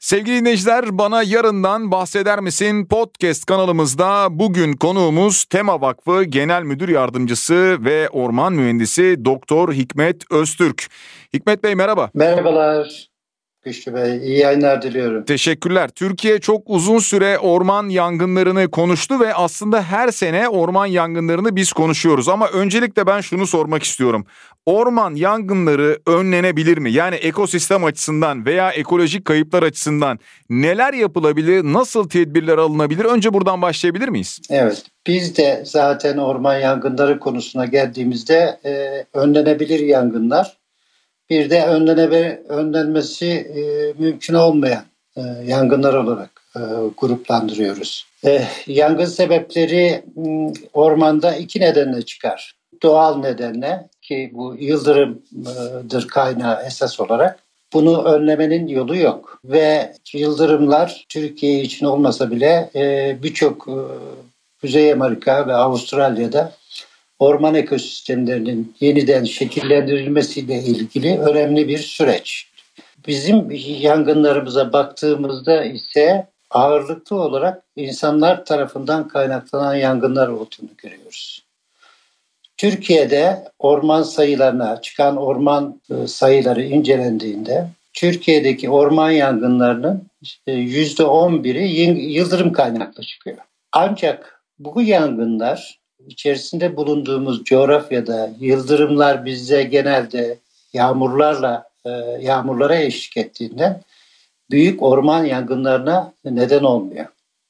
Sevgili dinleyiciler, Bana Yarından Bahseder Misin podcast kanalımızda bugün konuğumuz Tema Vakfı Genel Müdür Yardımcısı ve Orman Mühendisi Doktor Hikmet Öztürk. Hikmet Bey merhaba. Merhabalar Güçlü Bey, iyi yayınlar diliyorum. Teşekkürler. Türkiye çok uzun süre orman yangınlarını konuştu ve aslında her sene orman yangınlarını biz konuşuyoruz. Ama öncelikle ben şunu sormak istiyorum. Orman yangınları önlenebilir mi? Yani ekosistem açısından veya ekolojik kayıplar açısından neler yapılabilir, nasıl tedbirler alınabilir? Önce buradan başlayabilir miyiz? Evet, biz de zaten orman yangınları konusuna geldiğimizde önlenebilir yangınlar, bir de önlenmesi mümkün olmayan yangınlar olarak gruplandırıyoruz. Yangın sebepleri ormanda iki nedenle çıkar. Doğal nedenle, ki bu yıldırımdır kaynağı esas olarak. Bunu önlemenin yolu yok ve yıldırımlar Türkiye için olmasa bile birçok Kuzey Amerika ve Avustralya'da orman ekosistemlerinin yeniden şekillendirilmesiyle ilgili önemli bir süreç. Bizim yangınlarımıza baktığımızda ise ağırlıklı olarak insanlar tarafından kaynaklanan yangınlar olduğunu görüyoruz. Türkiye'de orman sayılarına çıkan orman sayıları incelendiğinde Türkiye'deki orman yangınlarının %11'i yıldırım kaynaklı çıkıyor. Ancak bu yangınlar içerisinde bulunduğumuz coğrafyada yıldırımlar bize genelde yağmurlara eşlik ettiğinden büyük orman yangınlarına neden olmuyor.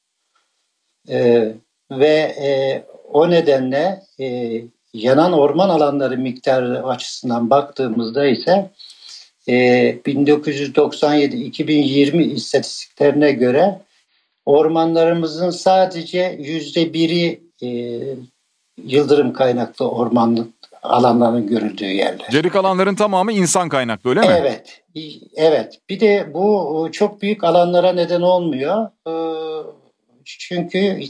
O nedenle yanan orman alanları miktarı açısından baktığımızda ise 1997-2020 istatistiklerine göre ormanlarımızın sadece %1'i yıldırım kaynaklı ormanlık alanların görüldüğü yerler. Geri kalanların tamamı insan kaynaklı, öyle mi? Evet. Bir de bu çok büyük alanlara neden olmuyor. Çünkü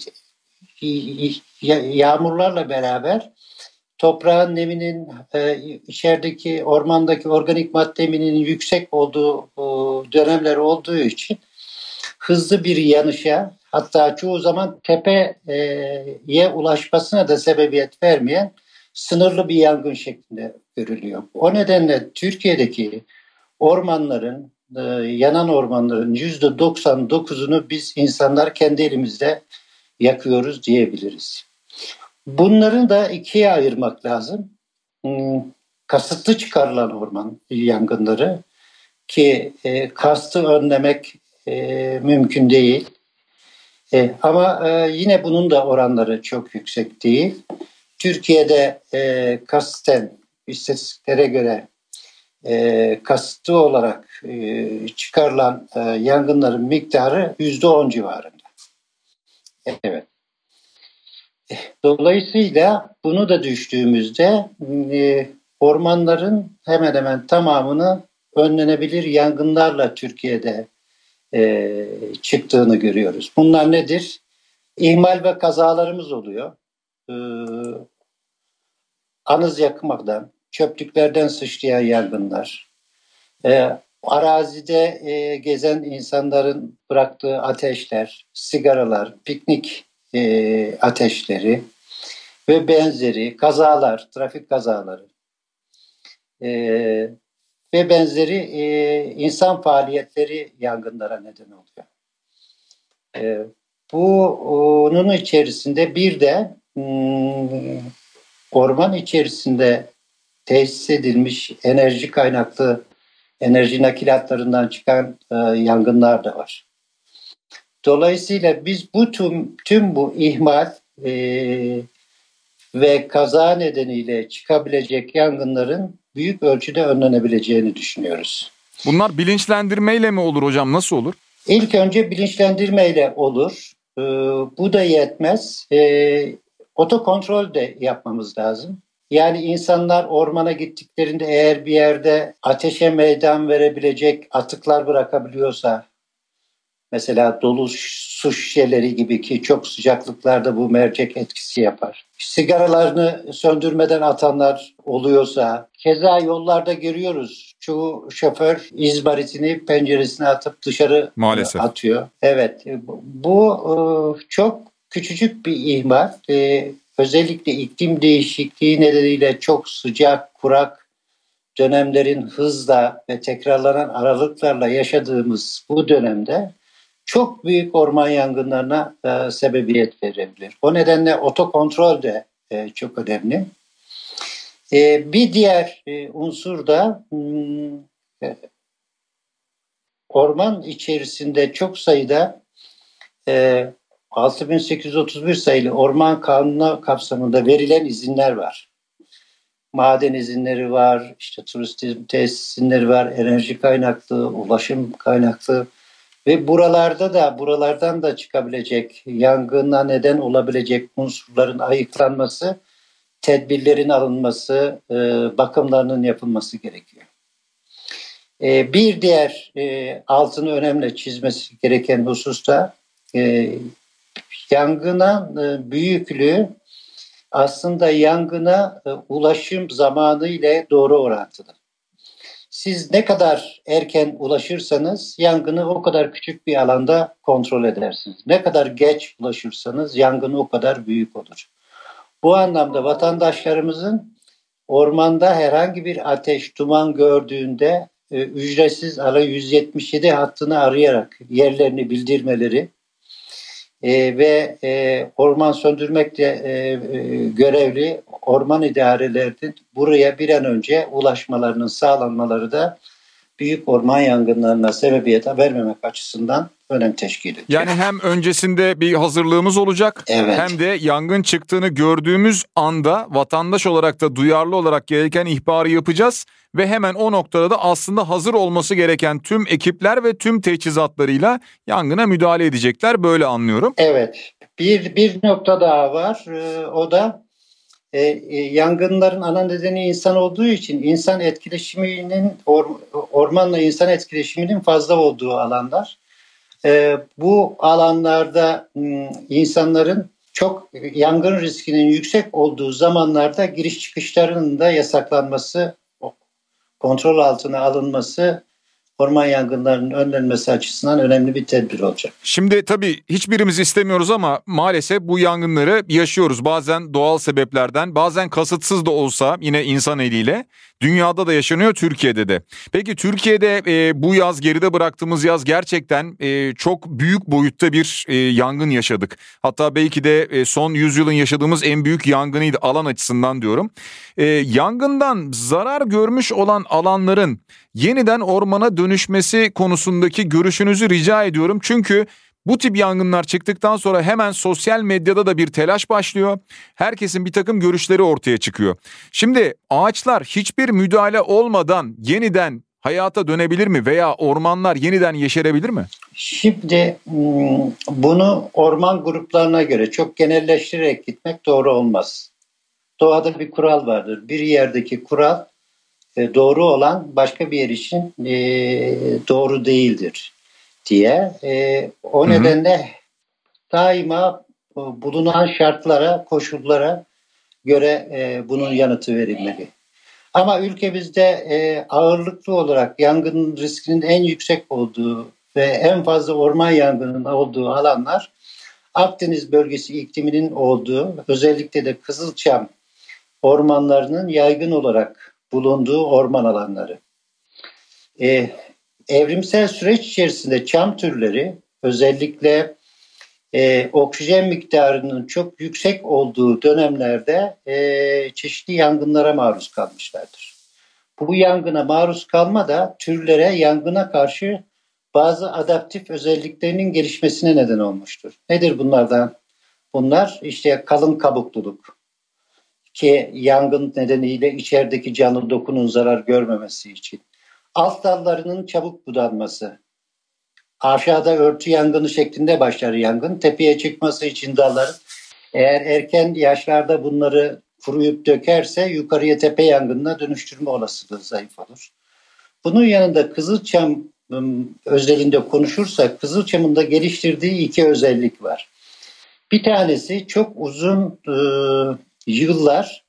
yağmurlarla beraber toprağın neminin, içerideki ormandaki organik madde neminin yüksek olduğu dönemler olduğu için hızlı bir yanışa, hatta çoğu zaman tepeye ulaşmasına da sebebiyet vermeyen sınırlı bir yangın şeklinde görülüyor. O nedenle Türkiye'deki ormanların, yanan ormanların %99'unu biz insanlar kendi elimizde yakıyoruz diyebiliriz. Bunları da ikiye ayırmak lazım. Kasıtlı çıkarılan orman yangınları, ki kastı önlemek mümkün değil. Ama yine bunun da oranları çok yüksek değil. Türkiye'de kasten istatistiklere göre kasıtlı olarak çıkarılan yangınların miktarı %10 civarında. Evet. Dolayısıyla bunu da düştüğümüzde ormanların hemen hemen tamamını önlenebilir yangınlarla Türkiye'de çıktığını görüyoruz. Bunlar nedir? İhmal ve kazalarımız oluyor. Anız yakmadan, çöplüklerden sıçrayan yangınlar, arazide gezen insanların bıraktığı ateşler, sigaralar, piknik ateşleri ve benzeri kazalar, trafik kazaları ve benzeri insan faaliyetleri yangınlara neden oluyor. Bunun içerisinde bir de orman içerisinde tesis edilmiş enerji kaynaklı enerji nakilatlarından çıkan yangınlar da var. Dolayısıyla biz tüm bu ihmal ve kaza nedeniyle çıkabilecek yangınların büyük ölçüde önlenebileceğini düşünüyoruz. Bunlar bilinçlendirmeyle mi olur hocam? Nasıl olur? İlk önce bilinçlendirmeyle olur. Bu da yetmez. Otokontrol de yapmamız lazım. Yani insanlar ormana gittiklerinde eğer bir yerde ateşe meydan verebilecek atıklar bırakabiliyorsa Mesela dolu su şişeleri gibi ki çok sıcaklıklarda bu mercek etkisi yapar. Sigaralarını söndürmeden atanlar oluyorsa, keza yollarda görüyoruz. Çoğu şoför izmaritini penceresine atıp dışarı Maalesef. atıyor. Evet, bu çok küçücük bir ihmal. Özellikle iklim değişikliği nedeniyle çok sıcak, kurak dönemlerin hızla ve tekrarlanan aralıklarla yaşadığımız bu dönemde çok büyük orman yangınlarına sebebiyet verebilir. O nedenle otokontrol de çok önemli. Bir diğer unsur da orman içerisinde çok sayıda 6831 sayılı Orman Kanunu kapsamında verilen izinler var. Maden izinleri var, işte turizm tesis izinleri var, enerji kaynaklı, ulaşım kaynaklı ve buralardan da çıkabilecek, yangına neden olabilecek unsurların ayıklanması, tedbirlerin alınması, bakımlarının yapılması gerekiyor. Bir diğer altını önemli çizmesi gereken husus da yangına büyüklüğü aslında yangına ulaşım zamanı ile doğru orantılı. Siz ne kadar erken ulaşırsanız yangını o kadar küçük bir alanda kontrol edersiniz. Ne kadar geç ulaşırsanız yangın o kadar büyük olur. Bu anlamda vatandaşlarımızın ormanda herhangi bir ateş, duman gördüğünde ücretsiz ara 177 hattını arayarak yerlerini bildirmeleri ve orman söndürmekle görevli orman idarelerinin buraya bir an önce ulaşmalarının sağlanmaları da büyük orman yangınlarına sebebiyet vermemek açısından önem teşkil ediyor. Yani hem öncesinde bir hazırlığımız olacak, evet, hem de yangın çıktığını gördüğümüz anda vatandaş olarak da duyarlı olarak gereken ihbarı yapacağız ve hemen o noktada da aslında hazır olması gereken tüm ekipler ve tüm teçhizatlarıyla yangına müdahale edecekler, böyle anlıyorum. Evet, bir nokta daha var, o da yangınların ana nedeni insan olduğu için insan etkileşiminin ormanla insan etkileşiminin fazla olduğu alanlar. Bu alanlarda insanların çok yangın riskinin yüksek olduğu zamanlarda giriş çıkışlarının da yasaklanması, kontrol altına alınması orman yangınlarının önlenmesi açısından önemli bir tedbir olacak. Şimdi tabii hiçbirimiz istemiyoruz ama maalesef bu yangınları yaşıyoruz. Bazen doğal sebeplerden, bazen kasıtsız da olsa yine insan eliyle. Dünyada da yaşanıyor, Türkiye'de de. Peki Türkiye'de bu yaz, geride bıraktığımız yaz gerçekten çok büyük boyutta bir yangın yaşadık. Hatta belki de son yüzyılın yaşadığımız en büyük yangınıydı alan açısından diyorum. Yangından zarar görmüş olan alanların yeniden ormana dönüşmesi konusundaki görüşünüzü rica ediyorum. Çünkü bu tip yangınlar çıktıktan sonra hemen sosyal medyada da bir telaş başlıyor. Herkesin bir takım görüşleri ortaya çıkıyor. Şimdi ağaçlar hiçbir müdahale olmadan yeniden hayata dönebilir mi veya ormanlar yeniden yeşerebilir mi? Şimdi bunu orman gruplarına göre çok genelleştirerek gitmek doğru olmaz. Doğada bir kural vardır. Bir yerdeki kural doğru olan başka bir yer için doğru değildir diye. O nedenle daima bulunan şartlara, koşullara göre bunun yanıtı verilmeli. Ama ülkemizde ağırlıklı olarak yangın riskinin en yüksek olduğu ve en fazla orman yangının olduğu alanlar Akdeniz bölgesi ikliminin olduğu, özellikle de Kızılçam ormanlarının yaygın olarak bulunduğu orman alanları. Evrimsel süreç içerisinde çam türleri özellikle oksijen miktarının çok yüksek olduğu dönemlerde çeşitli yangınlara maruz kalmışlardır. Bu yangına maruz kalma da türlere yangına karşı bazı adaptif özelliklerinin gelişmesine neden olmuştur. Nedir bunlardan? Bunlar işte kalın kabukluluk, ki yangın nedeniyle içerideki canlı dokunun zarar görmemesi için. Alt dallarının çabuk budanması. Aşağıda örtü yangını şeklinde başlar yangın. Tepeye çıkması için dalların, eğer erken yaşlarda bunları kuruyup dökerse yukarıya tepe yangınına dönüştürme olasılığı zayıf olur. Bunun yanında Kızılçam özelinde konuşursak Kızılçam'ın da geliştirdiği iki özellik var. Bir tanesi çok uzun yıllar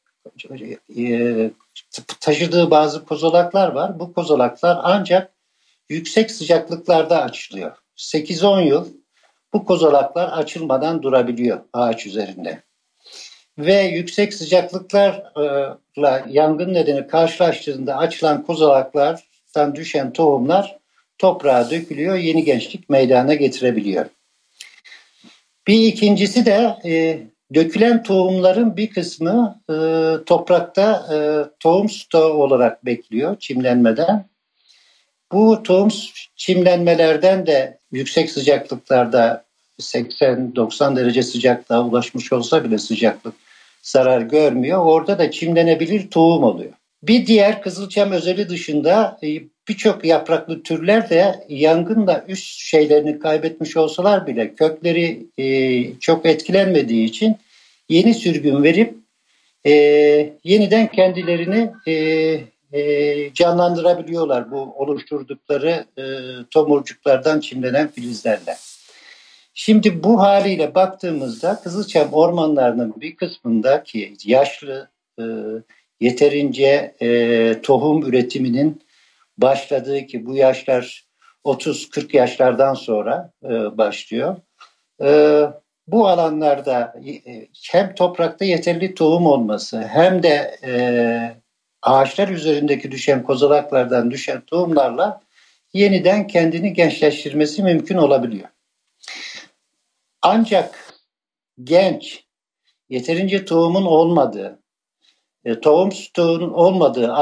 taşıdığı bazı kozalaklar var. Bu kozalaklar ancak yüksek sıcaklıklarda açılıyor. 8-10 yıl bu kozalaklar açılmadan durabiliyor ağaç üzerinde. Ve yüksek sıcaklıklarla yangın nedeni karşılaştığında açılan kozalaklardan düşen tohumlar toprağa dökülüyor, yeni gençlik meydana getirebiliyor. Bir ikincisi de dökülen tohumların bir kısmı toprakta tohum stoğu olarak bekliyor çimlenmeden. Bu tohum çimlenmelerden de yüksek sıcaklıklarda 80-90 derece sıcaklığa ulaşmış olsa bile sıcaklık zarar görmüyor. Orada da çimlenebilir tohum oluyor. Bir diğer Kızılçam özeli dışında birçok yapraklı türler de yangınla üst şeylerini kaybetmiş olsalar bile kökleri çok etkilenmediği için yeni sürgün verip yeniden kendilerini canlandırabiliyorlar bu oluşturdukları tomurcuklardan çimlenen filizlerle. Şimdi bu haliyle baktığımızda Kızılçam ormanlarının bir kısmındaki yaşlı, yeterince tohum üretiminin başladığı ki bu yaşlar 30-40 yaşlardan sonra başlıyor. Bu alanlarda hem toprakta yeterli tohum olması hem de ağaçlar üzerindeki düşen kozalaklardan düşen tohumlarla yeniden kendini gençleştirmesi mümkün olabiliyor. Ancak genç, yeterince tohumun olmadığı, tohum stoğunun olmadığı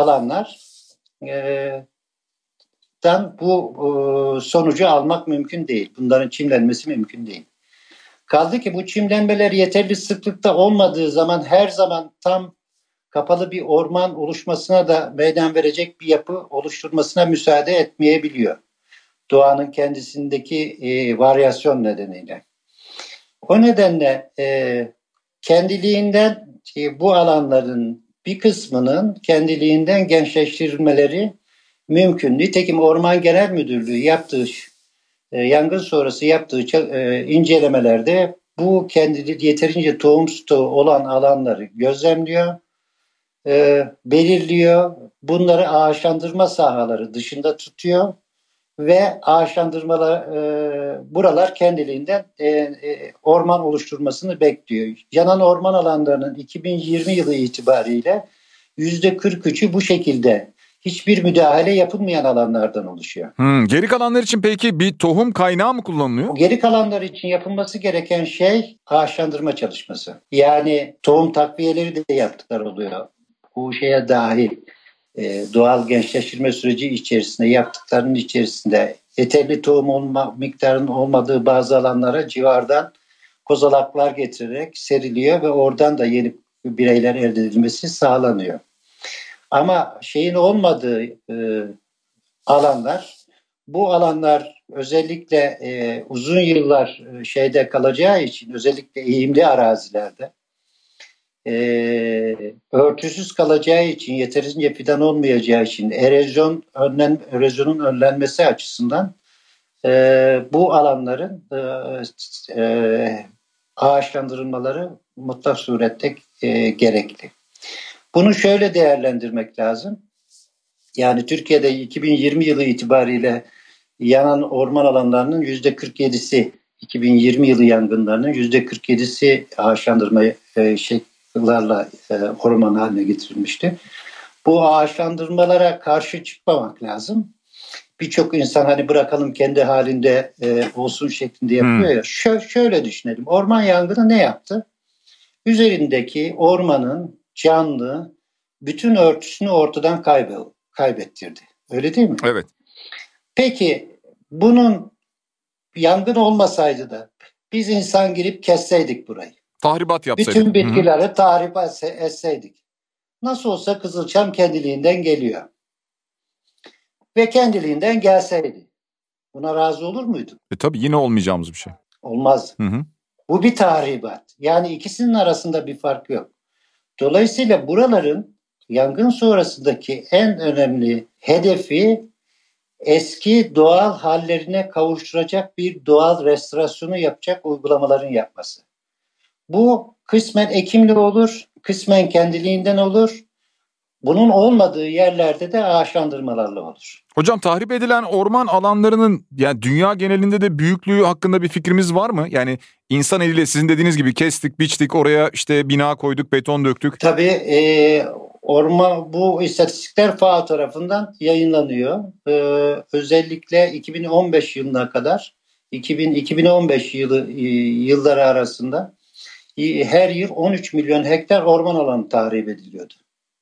alanlardan bu sonucu almak mümkün değil. Bunların çimlenmesi mümkün değil. Kaldı ki bu çimlenmeler yeterli sıklıkta olmadığı zaman her zaman tam kapalı bir orman oluşmasına da meydan verecek bir yapı oluşturmasına müsaade etmeyebiliyor. Doğanın kendisindeki varyasyon nedeniyle. O nedenle kendiliğinden bu alanların bir kısmının kendiliğinden gençleştirilmeleri mümkün. Nitekim Orman Genel Müdürlüğü yaptığı yangın sonrası yaptığı incelemelerde bu yeterince tohum stoğu olan alanları gözlemliyor, belirliyor. Bunları ağaçlandırma sahaları dışında tutuyor ve buralar kendiliğinden orman oluşturmasını bekliyor. Yanan orman alanlarının 2020 yılı itibariyle %43'ü bu şekilde hiçbir müdahale yapılmayan alanlardan oluşuyor. Geri kalanlar için peki bir tohum kaynağı mı kullanılıyor? Geri kalanlar için yapılması gereken şey ağaçlandırma çalışması. Yani tohum takviyeleri de yaptıklar oluyor. Bu şeye dahil. Doğal gençleştirme süreci içerisinde yaptıklarının içerisinde yeterli tohum miktarının olmadığı bazı alanlara civardan kozalaklar getirerek seriliyor ve oradan da yeni bireyler elde edilmesi sağlanıyor. Ama şeyin olmadığı bu alanlar özellikle uzun yıllar şeyde kalacağı için, özellikle eğimli arazilerde örtüsüz kalacağı için, yeterince fidan olmayacağı için erozyonun önlenmesi açısından bu alanların ağaçlandırılmaları mutlak surette gerekli. Bunu şöyle değerlendirmek lazım. Yani Türkiye'de 2020 yılı itibariyle yanan orman alanlarının %47'si 2020 yılı yangınlarının %47'si ağaçlandırma şekillerle orman haline getirilmişti. Bu ağaçlandırmalara karşı çıkmamak lazım. Birçok insan hani bırakalım kendi halinde olsun şeklinde yapıyor ya. Şöyle düşünelim. Orman yangını ne yaptı? Üzerindeki ormanın canlı bütün örtüsünü ortadan kaybettirdi. Öyle değil mi? Evet. Peki bunun yangın olmasaydı da biz insan girip kesseydik burayı. Tahribat yapsaydık. Bütün bitkileri tahribat etseydik. Nasıl olsa Kızılçam kendiliğinden geliyor. Ve kendiliğinden gelseydi. Buna razı olur muydun? Tabii yine olmayacağımız bir şey. Olmaz. Bu bir tahribat. Yani ikisinin arasında bir fark yok. Dolayısıyla buraların yangın sonrasındaki en önemli hedefi eski doğal hallerine kavuşturacak bir doğal restorasyonu yapacak uygulamaların yapması. Bu kısmen ekimli olur, kısmen kendiliğinden olur. Bunun olmadığı yerlerde de ağaçlandırmalarla olur. Hocam tahrip edilen orman alanlarının yani dünya genelinde de büyüklüğü hakkında bir fikrimiz var mı? Yani insan eliyle sizin dediğiniz gibi kestik, biçtik, oraya işte bina koyduk, beton döktük. Tabii bu istatistikler FAO tarafından yayınlanıyor. Özellikle 2015 yılına kadar 2015 yılları arasında her yıl 13 milyon hektar orman alanı tahrip ediliyordu.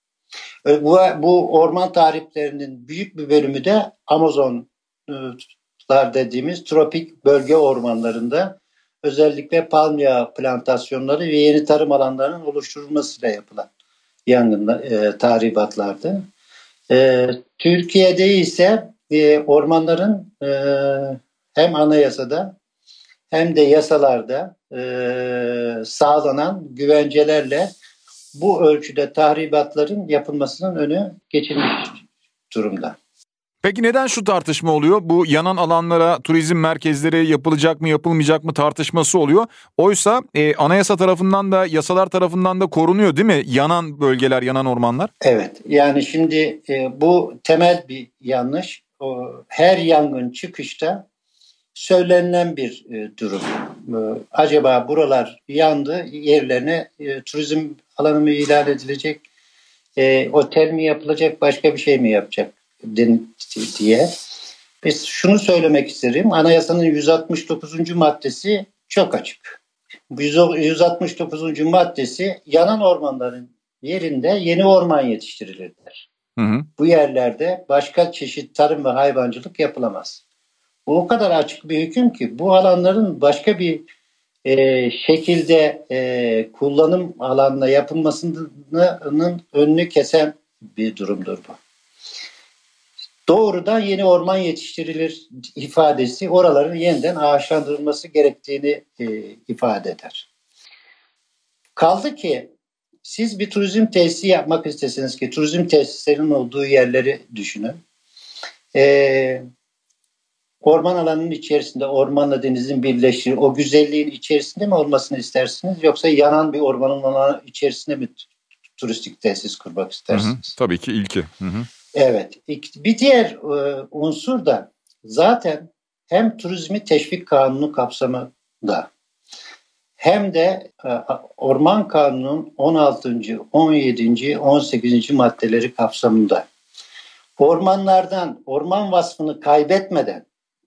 Bu orman tahriplerinin büyük bir bölümü de Amazonlar dediğimiz tropik bölge ormanlarında özellikle palm yağı plantasyonları ve yeni tarım alanlarının oluşturulmasıyla yapılan tahribatlardı. Türkiye'de ise ormanların hem anayasada hem de yasalarda sağlanan güvencelerle bu ölçüde tahribatların yapılmasının önü geçilmiş durumda. Peki neden şu tartışma oluyor? Bu yanan alanlara turizm merkezleri yapılacak mı yapılmayacak mı tartışması oluyor. Oysa anayasa tarafından da yasalar tarafından da korunuyor değil mi? Yanan bölgeler, yanan ormanlar. Evet, yani şimdi bu temel bir yanlış. Her yangın çıkışta söylenilen bir durum. Acaba buralar yandı, yerlerine turizm alanı mı ilan edilecek, otel mi yapılacak, başka bir şey mi yapacak diye. Biz şunu söylemek isterim. Anayasanın 169. maddesi çok açık. 169. maddesi yanan ormanların yerinde yeni orman yetiştirilir der. Bu yerlerde başka çeşit tarım ve hayvancılık yapılamaz. Bu o kadar açık bir hüküm ki bu alanların başka bir şekilde kullanım alanına yapılmasının önünü kesen bir durumdur bu. Doğrudan yeni orman yetiştirilir ifadesi oraların yeniden ağaçlandırılması gerektiğini ifade eder. Kaldı ki siz bir turizm tesisi yapmak isteseniz ki turizm tesislerinin olduğu yerleri düşünün. Orman alanının içerisinde ormanla denizin birleştiği o güzelliğin içerisinde mi olmasını istersiniz yoksa yanan bir ormanın alanı içerisinde mi turistik tesis kurmak istersiniz? Tabii ki ilki. Evet. Bir diğer unsur da zaten hem turizmi teşvik kanunu kapsamında hem de Orman Kanunu'nun 16., 17., 18. maddeleri kapsamında ormanlardan, orman vasfını kaybetmeden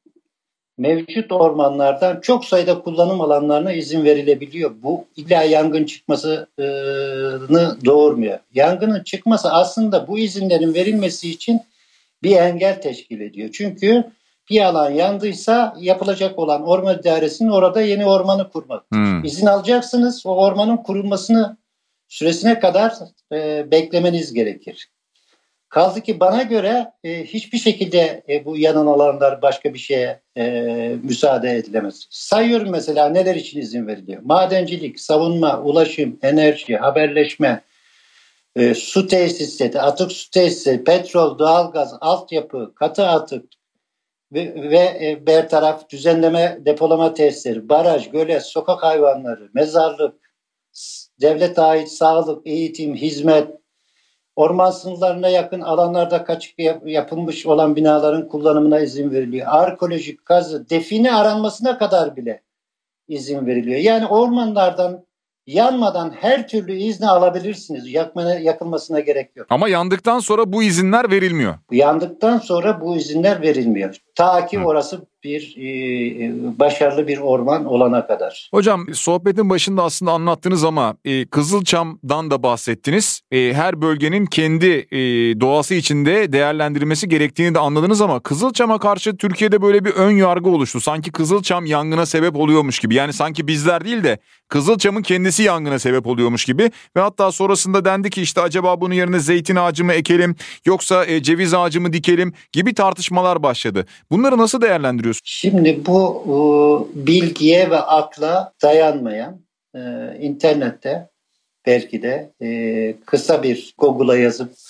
mevcut ormanlardan çok sayıda kullanım alanlarına izin verilebiliyor. Bu illa yangın çıkmasını doğurmuyor. Yangının çıkması aslında bu izinlerin verilmesi için bir engel teşkil ediyor. Çünkü bir alan yandıysa yapılacak olan orman idaresinin orada yeni ormanı kurmak. İzin alacaksınız, o ormanın kurulmasını süresine kadar beklemeniz gerekir. Kaldı ki bana göre hiçbir şekilde bu yanan alanlar başka bir şeye müsaade edilemez. Sayıyorum mesela neler için izin veriliyor. Madencilik, savunma, ulaşım, enerji, haberleşme, su tesisleri, atık su tesisleri, petrol, doğalgaz, altyapı, katı atık ve bertaraf düzenleme depolama tesisleri, baraj, gölet, sokak hayvanları, mezarlık, devlete ait sağlık, eğitim, hizmet, orman sınırlarına yakın alanlarda kaçık yapılmış olan binaların kullanımına izin veriliyor. Arkeolojik kazı, define aranmasına kadar bile izin veriliyor. Yani ormanlardan yanmadan her türlü izni alabilirsiniz. Yakılmasına gerek yok. Ama yandıktan sonra bu izinler verilmiyor. Yandıktan sonra bu izinler verilmiyor. Ta ki orası bir başarılı bir orman olana kadar. Hocam sohbetin başında aslında anlattınız ama Kızılçam'dan da bahsettiniz. Her bölgenin kendi doğası içinde değerlendirilmesi gerektiğini de anladınız ama Kızılçam'a karşı Türkiye'de böyle bir ön yargı oluştu. Sanki Kızılçam yangına sebep oluyormuş gibi. Yani sanki bizler değil de Kızılçam'ın kendisi yangına sebep oluyormuş gibi. Ve hatta sonrasında dendi ki işte acaba bunun yerine zeytin ağacı mı ekelim yoksa ceviz ağacı mı dikelim gibi tartışmalar başladı. Bunları nasıl değerlendiriyorsunuz? Şimdi bu bilgiye ve akla dayanmayan internette belki de kısa bir Google'a yazıp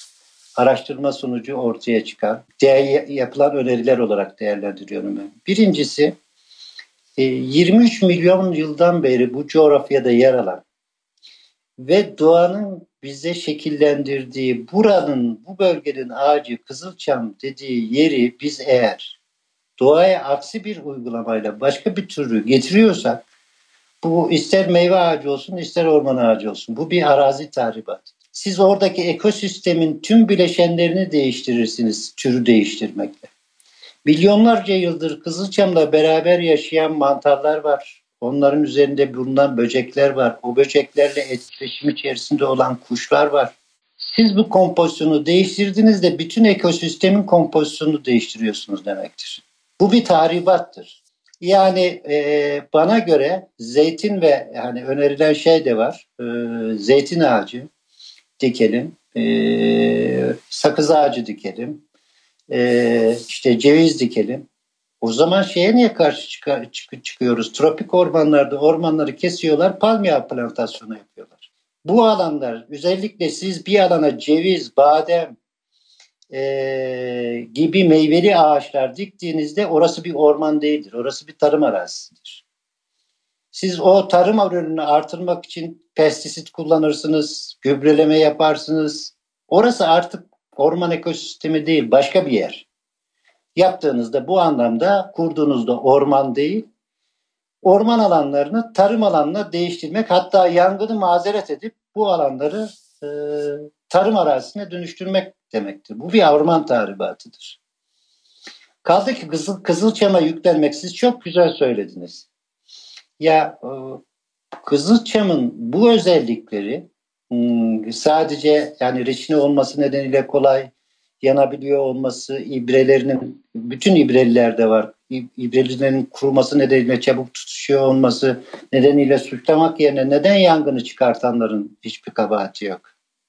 araştırma sonucu ortaya çıkan, yapılan öneriler olarak değerlendiriyorum ben. Birincisi, 23 milyon yıldan beri bu coğrafyada yer alan ve doğanın bize şekillendirdiği bu bölgenin ağacı Kızılçam dediği yeri biz eğer doğaya aksi bir uygulamayla başka bir türü getiriyorsak, bu ister meyve ağacı olsun ister orman ağacı olsun, bu bir arazi tahribatı. Siz oradaki ekosistemin tüm bileşenlerini değiştirirsiniz türü değiştirmekle. Milyonlarca yıldır Kızılçam'la beraber yaşayan mantarlar var. Onların üzerinde bulunan böcekler var. O böceklerle etkileşim içerisinde olan kuşlar var. Siz bu kompozisyonu değiştirdiğinizde bütün ekosistemin kompozisyonunu değiştiriyorsunuz demektir. Bu bir tahribattır. Yani bana göre zeytin ve hani önerilen şey de var. Zeytin ağacı dikelim, sakız ağacı dikelim, işte ceviz dikelim. O zaman şeye niye karşı çıkıyoruz? Tropik ormanlarda ormanları kesiyorlar, palmiye plantasyonu yapıyorlar. Bu alanlar, özellikle siz bir alana ceviz, badem gibi meyveli ağaçlar diktiğinizde orası bir orman değildir. Orası bir tarım arazisidir. Siz o tarım ürününü artırmak için pestisit kullanırsınız, gübreleme yaparsınız. Orası artık orman ekosistemi değil, başka bir yer. Yaptığınızda bu anlamda kurduğunuzda orman değil, orman alanlarını tarım alanına değiştirmek, hatta yangını mazeret edip bu alanları tarım arazisine dönüştürmek demektir. Bu bir orman tahribatıdır. Kaldı ki Kızılçam'a yüklenmek, siz çok güzel söylediniz. Ya Kızılçam'ın bu özellikleri sadece yani reçine olması nedeniyle kolay yanabiliyor olması, ibrelerinin bütün ibrelilerde var. İbrelilerin kuruması nedeniyle çabuk tutuşuyor olması nedeniyle suçlamak yerine neden yangını çıkartanların hiçbir kabahati yok.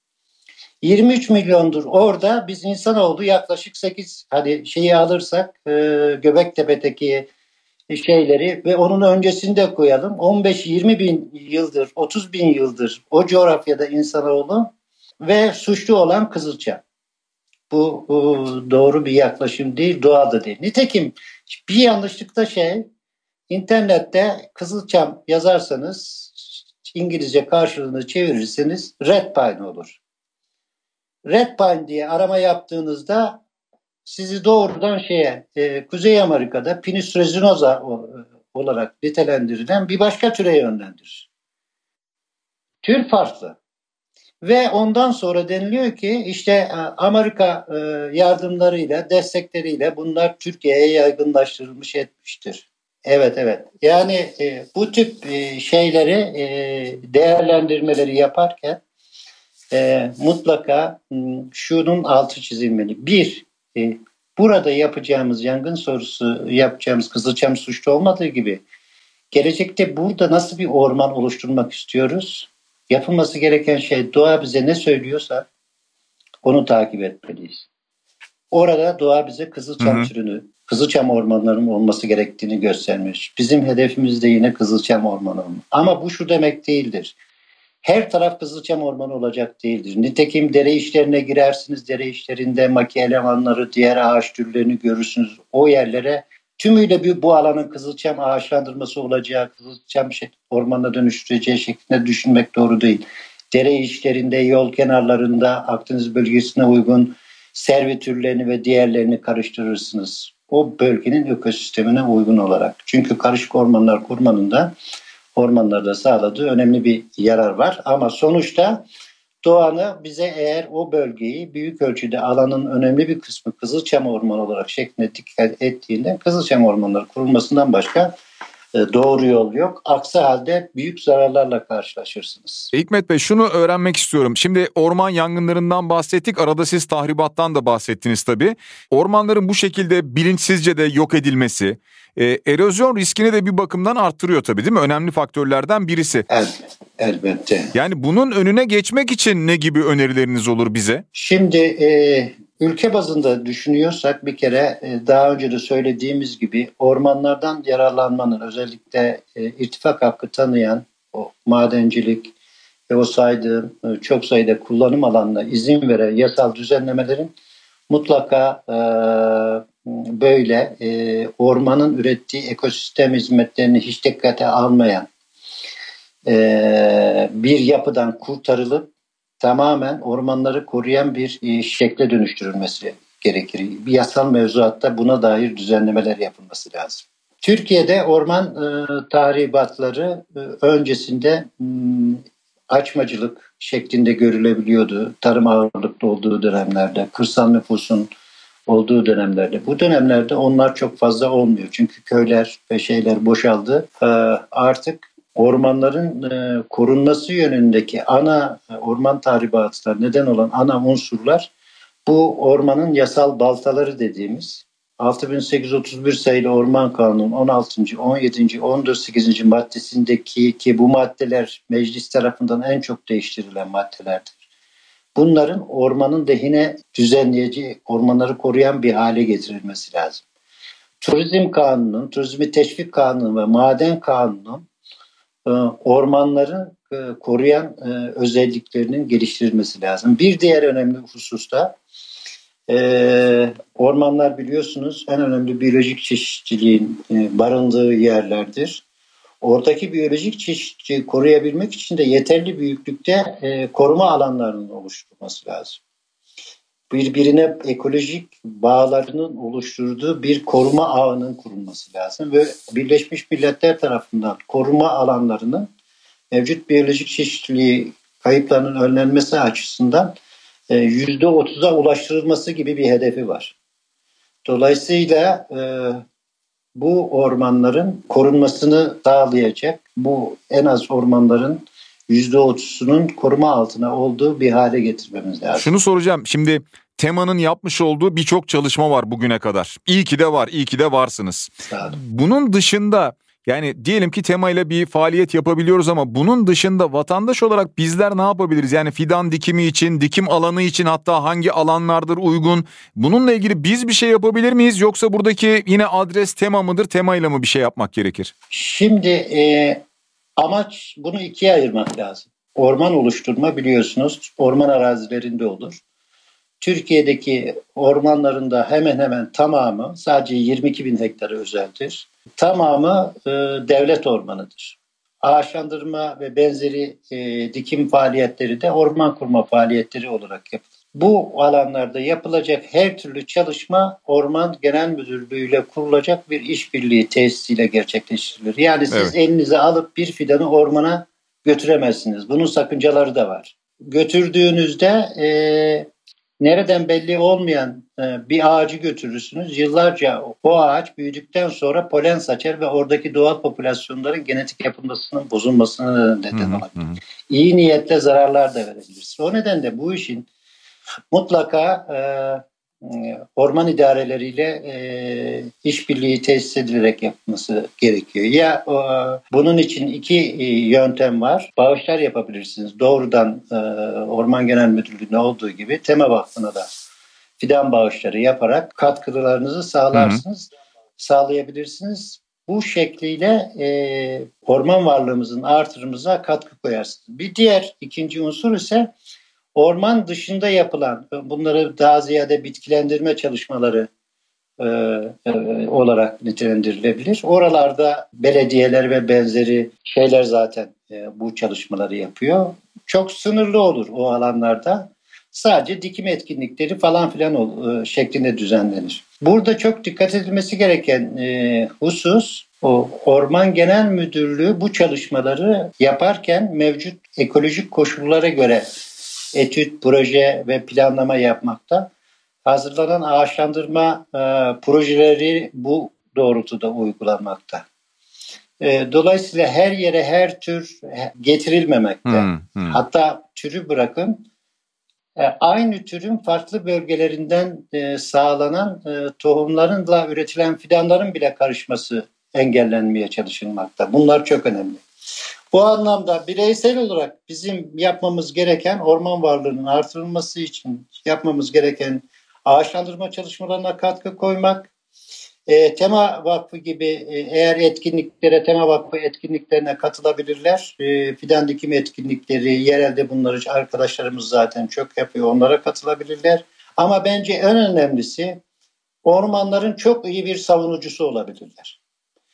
23 milyondur orada, biz insanoğlu yaklaşık 8, hadi şeyi alırsak Göbektepe'deki şeyleri ve onun öncesinde koyalım. 15-20 bin yıldır, 30 bin yıldır o coğrafyada insanoğlu ve suçlu olan Kızılçam. Bu doğru bir yaklaşım değil, doğal da değil. Nitekim bir yanlışlık da internette Kızılçam yazarsanız, İngilizce karşılığını çevirirseniz Red Pine olur. Red Pine diye arama yaptığınızda sizi doğrudan Kuzey Amerika'da Pinus resinosa olarak nitelendirilen bir başka türe yönlendirir. Tür farklı. Ve ondan sonra deniliyor ki işte Amerika yardımlarıyla, destekleriyle bunlar Türkiye'ye yaygınlaştırılmış etmiştir. Evet. Yani bu tip şeyleri, değerlendirmeleri yaparken mutlaka şunun altı çizilmeli. Bir, burada yapacağımız yapacağımız Kızılçam suçlu olmadığı gibi gelecekte burada nasıl bir orman oluşturmak istiyoruz? Yapılması gereken şey, doğa bize ne söylüyorsa onu takip etmeliyiz. Orada doğa bize Kızılçam türünü, Kızılçam ormanlarının olması gerektiğini göstermiş. Bizim hedefimiz de yine Kızılçam ormanı olmak. Ama bu şu demek değildir. Her taraf Kızılçam ormanı olacak değildir. Nitekim dere işlerine girersiniz. Dere işlerinde maki elemanları, diğer ağaç türlerini görürsünüz. O yerlere tümüyle bu alanın Kızılçam ağaçlandırması olacağı, Kızılçam ormanına dönüştüreceği şeklinde düşünmek doğru değil. Dere işlerinde, yol kenarlarında Akdeniz bölgesine uygun servi türlerini ve diğerlerini karıştırırsınız. O bölgenin ekosistemine uygun olarak. Çünkü karışık ormanlar kurmanın da ormanlarda sağladığı önemli bir yarar var. Ama sonuçta doğanı bize eğer o bölgeyi büyük ölçüde alanın önemli bir kısmı Kızılçam ormanı olarak şeklinde dikkat ettiğinde Kızılçam ormanları kurulmasından başka doğru yol yok. Aksi halde büyük zararlarla karşılaşırsınız. Hikmet Bey, şunu öğrenmek istiyorum. Şimdi orman yangınlarından bahsettik. Arada siz tahribattan da bahsettiniz tabii. Ormanların bu şekilde bilinçsizce de yok edilmesi erozyon riskini de bir bakımdan arttırıyor tabii, değil mi? Önemli faktörlerden birisi. Elbette. Yani bunun önüne geçmek için ne gibi önerileriniz olur bize? Şimdi ülke bazında düşünüyorsak bir kere daha önce de söylediğimiz gibi ormanlardan yararlanmanın, özellikle irtifak hakkı tanıyan o madencilik ve o saydığım çok sayıda kullanım alanına izin veren yasal düzenlemelerin mutlaka böyle ormanın ürettiği ekosistem hizmetlerini hiç dikkate almayan bir yapıdan kurtarılıp tamamen ormanları koruyan bir şekle dönüştürülmesi gerekir. Bir yasal mevzuatta buna dair düzenlemeler yapılması lazım. Türkiye'de orman tahribatları öncesinde açmacılık şeklinde görülebiliyordu. Tarım ağırlıklı olduğu dönemlerde, kırsal nüfusun olduğu dönemlerde. Bu dönemlerde onlar çok fazla olmuyor. Çünkü köyler ve şeyler boşaldı. Artık ormanların korunması yönündeki ana orman tahribatına neden olan ana unsurlar bu ormanın yasal baltaları dediğimiz 6831 sayılı Orman Kanunu 16. 17. 18. maddesindeki ki bu maddeler meclis tarafından en çok değiştirilen maddelerdir. Bunların ormanın lehine düzenleyici, ormanları koruyan bir hale getirilmesi lazım. Turizm Kanunu, Turizmi Teşvik Kanunu ve Maden Kanunu ormanları koruyan özelliklerinin geliştirilmesi lazım. Bir diğer önemli hususta ormanlar biliyorsunuz en önemli biyolojik çeşitliliğin barındığı yerlerdir. Oradaki biyolojik çeşitliliği koruyabilmek için de yeterli büyüklükte koruma alanlarının oluşturulması lazım. Birbirine ekolojik bağlarının oluşturduğu bir koruma ağının kurulması lazım ve Birleşmiş Milletler tarafından koruma alanlarının mevcut biyolojik çeşitliliği kayıplarının önlenmesi açısından %30'a ulaştırılması gibi bir hedefi var. Dolayısıyla bu ormanların korunmasını sağlayacak, bu en az ormanların %30'unun koruma altına olduğu bir hale getirmemiz lazım. Şunu soracağım. Şimdi TEMA'nın yapmış olduğu birçok çalışma var bugüne kadar. İyi ki de var, iyi ki de varsınız. Bunun dışında yani diyelim ki TEMA ile bir faaliyet yapabiliyoruz ama bunun dışında vatandaş olarak bizler ne yapabiliriz? Yani fidan dikimi için, dikim alanı için hatta hangi alanlardır uygun? Bununla ilgili biz bir şey yapabilir miyiz? Yoksa buradaki yine adres TEMA mıdır? TEMA ile mi bir şey yapmak gerekir? Şimdi amaç bunu ikiye ayırmak lazım. Orman oluşturma biliyorsunuz orman arazilerinde olur. Türkiye'deki ormanlarında hemen hemen tamamı sadece 22 bin hektara özeldir. Tamamı devlet ormanıdır. Ağaçlandırma ve benzeri dikim faaliyetleri de orman kurma faaliyetleri olarak yapılır. Bu alanlarda yapılacak her türlü çalışma Orman Genel Müdürlüğü ile kurulacak bir işbirliği tesisiyle gerçekleştirilir. Yani siz elinize alıp bir fidanı ormana götüremezsiniz. Bunun sakıncaları da var. Götürdüğünüzde nereden belli olmayan bir ağacı götürürsünüz. Yıllarca o ağaç büyüdükten sonra polen saçar ve oradaki doğal popülasyonların genetik yapısının bozulmasına neden olabilir. İyi niyetle zararlar da verebilir. O nedenle bu işin mutlaka orman idareleriyle işbirliği tesis edilerek yapılması gerekiyor. Ya bunun için iki yöntem var. Bağışlar yapabilirsiniz. Doğrudan Orman Genel Müdürlüğü'ne olduğu gibi Tema Vakfı'na da fidan bağışları yaparak katkılarınızı sağlarsınız, sağlayabilirsiniz. Bu şekliyle orman varlığımızın artırımıza katkı koyarsınız. Bir diğer ikinci unsur ise orman dışında yapılan, bunları daha ziyade bitkilendirme çalışmaları olarak nitelendirilebilir. Oralarda belediyeler ve benzeri şeyler zaten bu çalışmaları yapıyor. Çok sınırlı olur o alanlarda. Sadece dikim etkinlikleri falan filan şeklinde düzenlenir. Burada çok dikkat edilmesi gereken husus, o Orman Genel Müdürlüğü bu çalışmaları yaparken mevcut ekolojik koşullara göre etüt, proje ve planlama yapmakta. Hazırlanan ağaçlandırma projeleri bu doğrultuda uygulanmakta. Dolayısıyla her yere her tür getirilmemekte. Hatta türü bırakın, aynı türün farklı bölgelerinden sağlanan tohumlarınla üretilen fidanların bile karışması engellenmeye çalışılmakta. Bunlar çok önemli. Bu anlamda bireysel olarak bizim yapmamız gereken orman varlığının artırılması için yapmamız gereken ağaçlandırma çalışmalarına katkı koymak, Tema Vakfı gibi eğer Tema Vakfı etkinliklerine katılabilirler. Fidan dikim etkinlikleri, yerelde bunları arkadaşlarımız zaten çok yapıyor. Onlara katılabilirler. Ama bence en önemlisi ormanların çok iyi bir savunucusu olabilirler.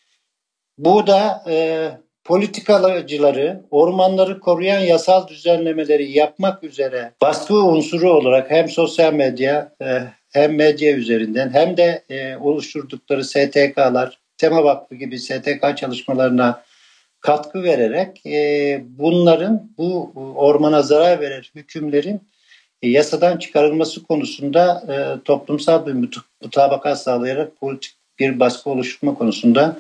Bu da politikalarcıları, ormanları koruyan yasal düzenlemeleri yapmak üzere baskı unsuru olarak hem sosyal medya hem medya üzerinden hem de oluşturdukları STK'lar, Tema Vakfı gibi STK çalışmalarına katkı vererek bunların bu ormana zarar veren hükümlerin yasadan çıkarılması konusunda toplumsal bir mutabakat sağlayarak politik bir baskı oluşturma konusunda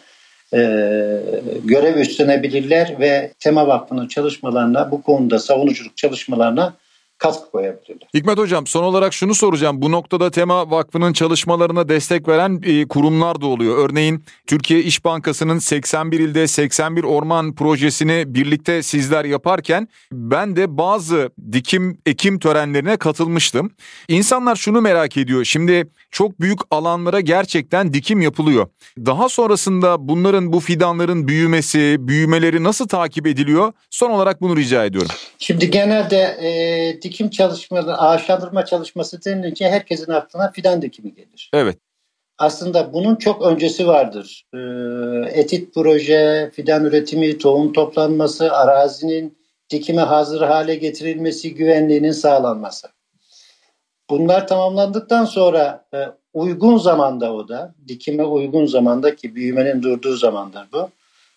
görev üstlenebilirler ve Tema Vakfı'nın çalışmalarına, bu konuda savunuculuk çalışmalarına katkı koyabilirler. Hikmet Hocam, son olarak şunu soracağım. Bu noktada Tema Vakfı'nın çalışmalarına destek veren kurumlar da oluyor. Örneğin Türkiye İş Bankası'nın 81 ilde 81 orman projesini birlikte sizler yaparken ben de bazı ekim törenlerine katılmıştım. İnsanlar şunu merak ediyor. Şimdi çok büyük alanlara gerçekten dikim yapılıyor. Daha sonrasında bu fidanların büyümeleri nasıl takip ediliyor? Son olarak bunu rica ediyorum. Şimdi genelde dikim çalışmaları, ağaçlandırma çalışması denilince herkesin aklına fidan dikimi gelir. Evet. Aslında bunun çok öncesi vardır. Etüt proje, fidan üretimi, tohum toplanması, arazinin dikime hazır hale getirilmesi, güvenliğinin sağlanması. Bunlar tamamlandıktan sonra uygun zamanda, o da dikime uygun zamanda, ki büyümenin durduğu zamandır bu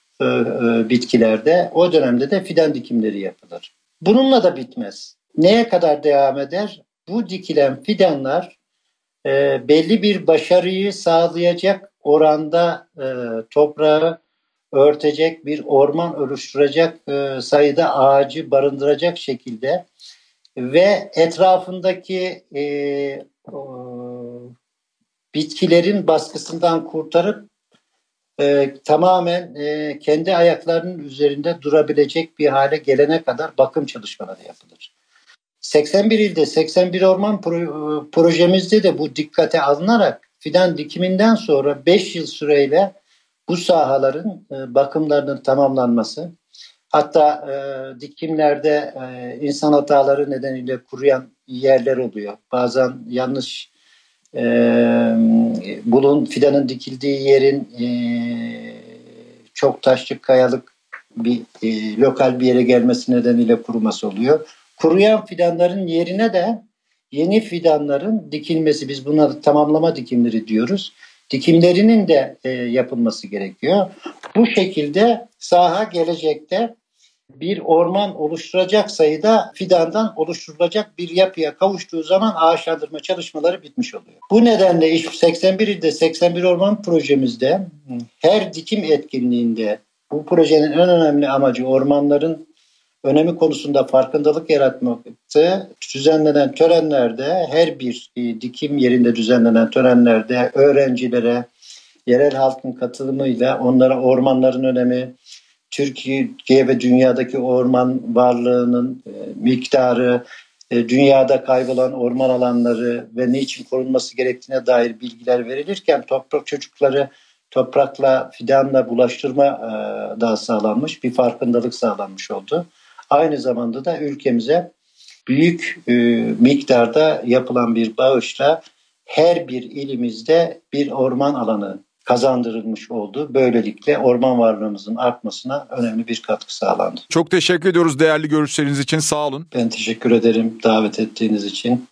bitkilerde, o dönemde de fidan dikimleri yapılır. Bununla da bitmez. Neye kadar devam eder? Bu dikilen fidanlar belli bir başarıyı sağlayacak oranda toprağı örtecek, bir orman oluşturacak sayıda ağacı barındıracak şekilde ve etrafındaki bitkilerin baskısından kurtarıp tamamen kendi ayaklarının üzerinde durabilecek bir hale gelene kadar bakım çalışmaları yapılır. 81 ilde 81 orman projemizde de bu dikkate alınarak fidan dikiminden sonra 5 yıl süreyle bu sahaların bakımlarının tamamlanması, hatta dikimlerde insan hataları nedeniyle kuruyan yerler oluyor. Bazen yanlış fidanın dikildiği yerin çok taşlık, kayalık bir lokal bir yere gelmesi nedeniyle kuruması oluyor. Kuruyan fidanların yerine de yeni fidanların dikilmesi, biz buna tamamlama dikimleri diyoruz. Dikimlerinin de yapılması gerekiyor. Bu şekilde saha gelecekte bir orman oluşturacak sayıda fidandan oluşturulacak bir yapıya kavuştuğu zaman ağaçlandırma çalışmaları bitmiş oluyor. Bu nedenle 81 ilde 81 orman projemizde her dikim etkinliğinde, bu projenin en önemli amacı ormanların önemi konusunda farkındalık yaratmaktı. Düzenlenen törenlerde, her bir dikim yerinde düzenlenen törenlerde öğrencilere, yerel halkın katılımıyla onlara ormanların önemi, Türkiye ve dünyadaki orman varlığının miktarı, dünyada kaybolan orman alanları ve niçin korunması gerektiğine dair bilgiler verilirken çocukları toprakla, fidanla bulaştırma da sağlanmış, bir farkındalık sağlanmış oldu. Aynı zamanda da ülkemize büyük miktarda yapılan bir bağışla her bir ilimizde bir orman alanı kazandırılmış oldu. Böylelikle orman varlığımızın artmasına önemli bir katkı sağlandı. Çok teşekkür ediyoruz değerli görüşleriniz için. Sağ olun. Ben teşekkür ederim davet ettiğiniz için.